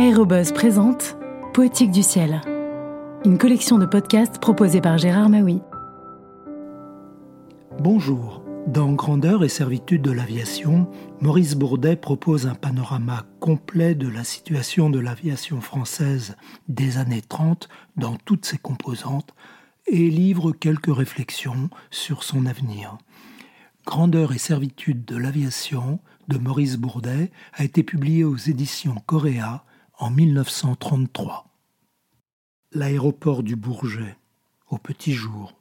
Aérobuzz présente Poétique du ciel, une collection de podcasts proposée par Gérard Maui. Bonjour. Dans Grandeur et servitude de l'aviation, Maurice Bourdet propose un panorama complet de la situation de l'aviation française des années 30 dans toutes ses composantes et livre quelques réflexions sur son avenir. Grandeur et servitude de l'aviation de Maurice Bourdet a été publié aux éditions Coréa en 1933. L'aéroport du Bourget, au petit jour.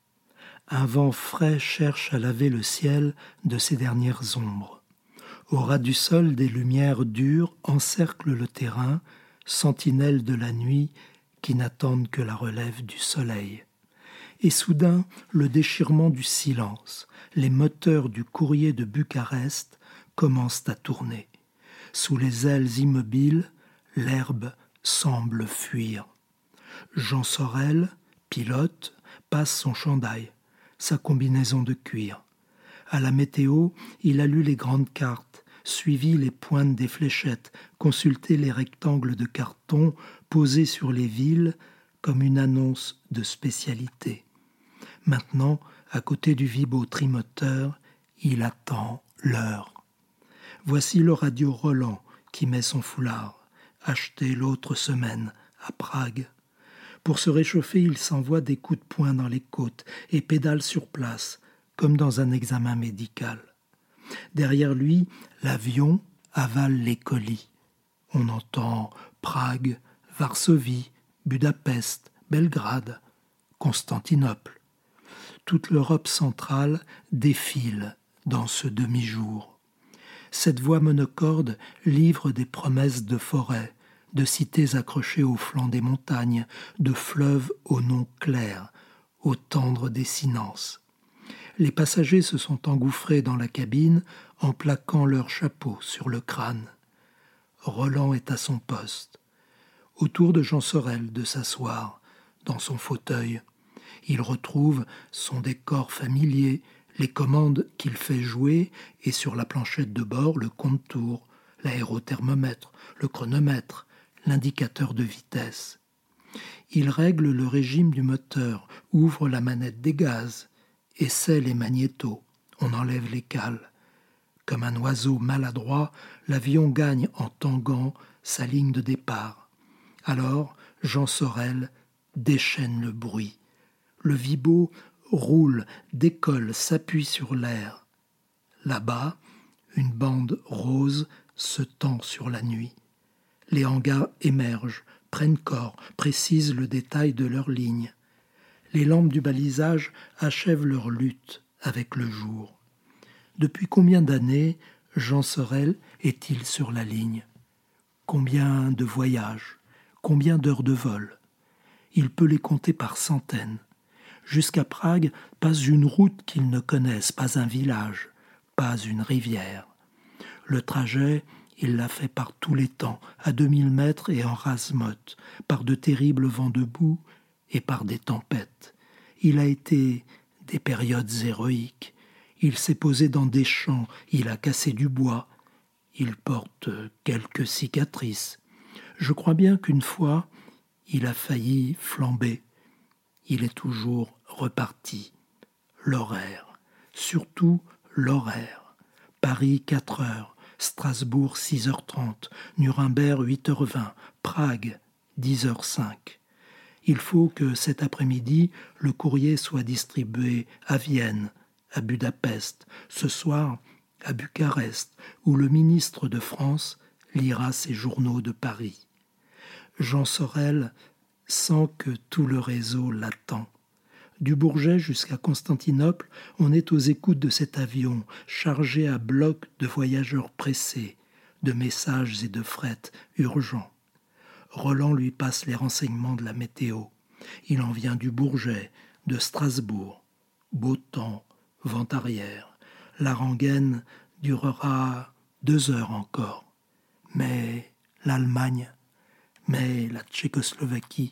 Un vent frais cherche à laver le ciel de ses dernières ombres. Au ras du sol, des lumières dures encerclent le terrain, sentinelles de la nuit qui n'attendent que la relève du soleil. Et soudain, le déchirement du silence, les moteurs du courrier de Bucarest commencent à tourner. Sous les ailes immobiles, l'herbe semble fuir. Jean Sorel, pilote, passe son chandail, sa combinaison de cuir. À la météo, il a lu les grandes cartes, suivi les pointes des fléchettes, consulté les rectangles de carton posés sur les villes comme une annonce de spécialité. Maintenant, à côté du Vibo trimoteur, il attend l'heure. Voici le radio Roland qui met son foulard, acheté l'autre semaine à Prague. Pour se réchauffer, il s'envoie des coups de poing dans les côtes et pédale sur place, comme dans un examen médical. Derrière lui, l'avion avale les colis. On entend Prague, Varsovie, Budapest, Belgrade, Constantinople. Toute l'Europe centrale défile dans ce demi-jour. Cette voix monocorde livre des promesses de forêts, de cités accrochées au flanc des montagnes, de fleuves au nom clair, au tendre dessinance. Les passagers se sont engouffrés dans la cabine en plaquant leurs chapeaux sur le crâne. Roland est à son poste. Autour de Jean Sorel de s'asseoir dans son fauteuil. Il retrouve son décor familier, les commandes qu'il fait jouer et sur la planchette de bord le compte-tours, l'aérothermomètre, le chronomètre, l'indicateur de vitesse. Il règle le régime du moteur, ouvre la manette des gaz, essaie les magnétos, on enlève les cales. Comme un oiseau maladroit, l'avion gagne en tanguant sa ligne de départ. Alors, Jean Sorel déchaîne le bruit. Le Vibo roule, décolle, s'appuie sur l'air. Là-bas, une bande rose se tend sur la nuit. Les hangars émergent, prennent corps, précisent le détail de leurs lignes. Les lampes du balisage achèvent leur lutte avec le jour. Depuis combien d'années Jean Sorel est-il sur la ligne ? Combien de voyages ? Combien d'heures de vol ? Il peut les compter par centaines. Jusqu'à Prague, pas une route qu'il ne connaisse, pas un village, pas une rivière. Le trajet, il l'a fait par tous les temps, à 2000 mètres et en rase-motte, par de terribles vents de boue et par des tempêtes. Il a été des périodes héroïques. Il s'est posé dans des champs, il a cassé du bois. Il porte quelques cicatrices. Je crois bien qu'une fois, il a failli flamber. Il est toujours reparti. L'horaire, surtout l'horaire. Paris 4 heures, Strasbourg 6h30, Nuremberg 8h20, Prague 10h05. Il faut que cet après-midi, le courrier soit distribué à Vienne, à Budapest, ce soir à Bucarest, où le ministre de France lira ses journaux de Paris. Jean Sorel sent que tout le réseau l'attend. Du Bourget jusqu'à Constantinople, on est aux écoutes de cet avion, chargé à bloc de voyageurs pressés, de messages et de fret urgents. Roland lui passe les renseignements de la météo. Il en vient du Bourget, de Strasbourg. Beau temps, vent arrière. La rengaine durera 2 heures encore. Mais l'Allemagne, mais la Tchécoslovaquie.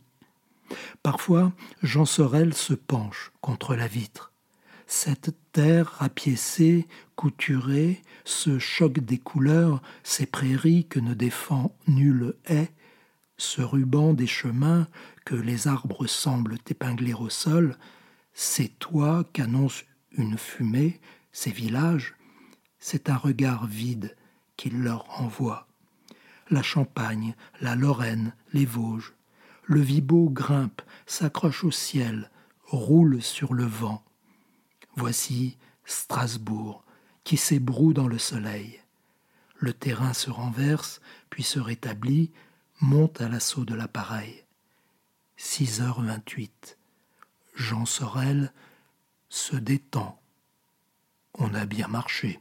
Parfois, Jean Sorel se penche contre la vitre. Cette terre rapiécée, couturée, ce choc des couleurs, ces prairies que ne défend nulle haie, Ce ruban des chemins que les arbres semblent épingler au sol, ces toits qu'annonce une fumée, ces villages, c'est un regard vide qu'il leur renvoie. La Champagne, la Lorraine, les Vosges, le Vibo grimpe, s'accroche au ciel, roule sur le vent. Voici Strasbourg, qui s'ébroue dans le soleil. Le terrain se renverse, puis se rétablit, monte à l'assaut de l'appareil. 6h28. Jean Sorel se détend. On a bien marché.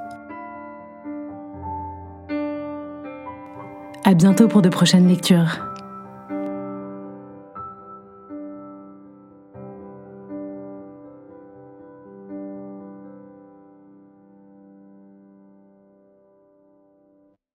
À bientôt pour de prochaines lectures.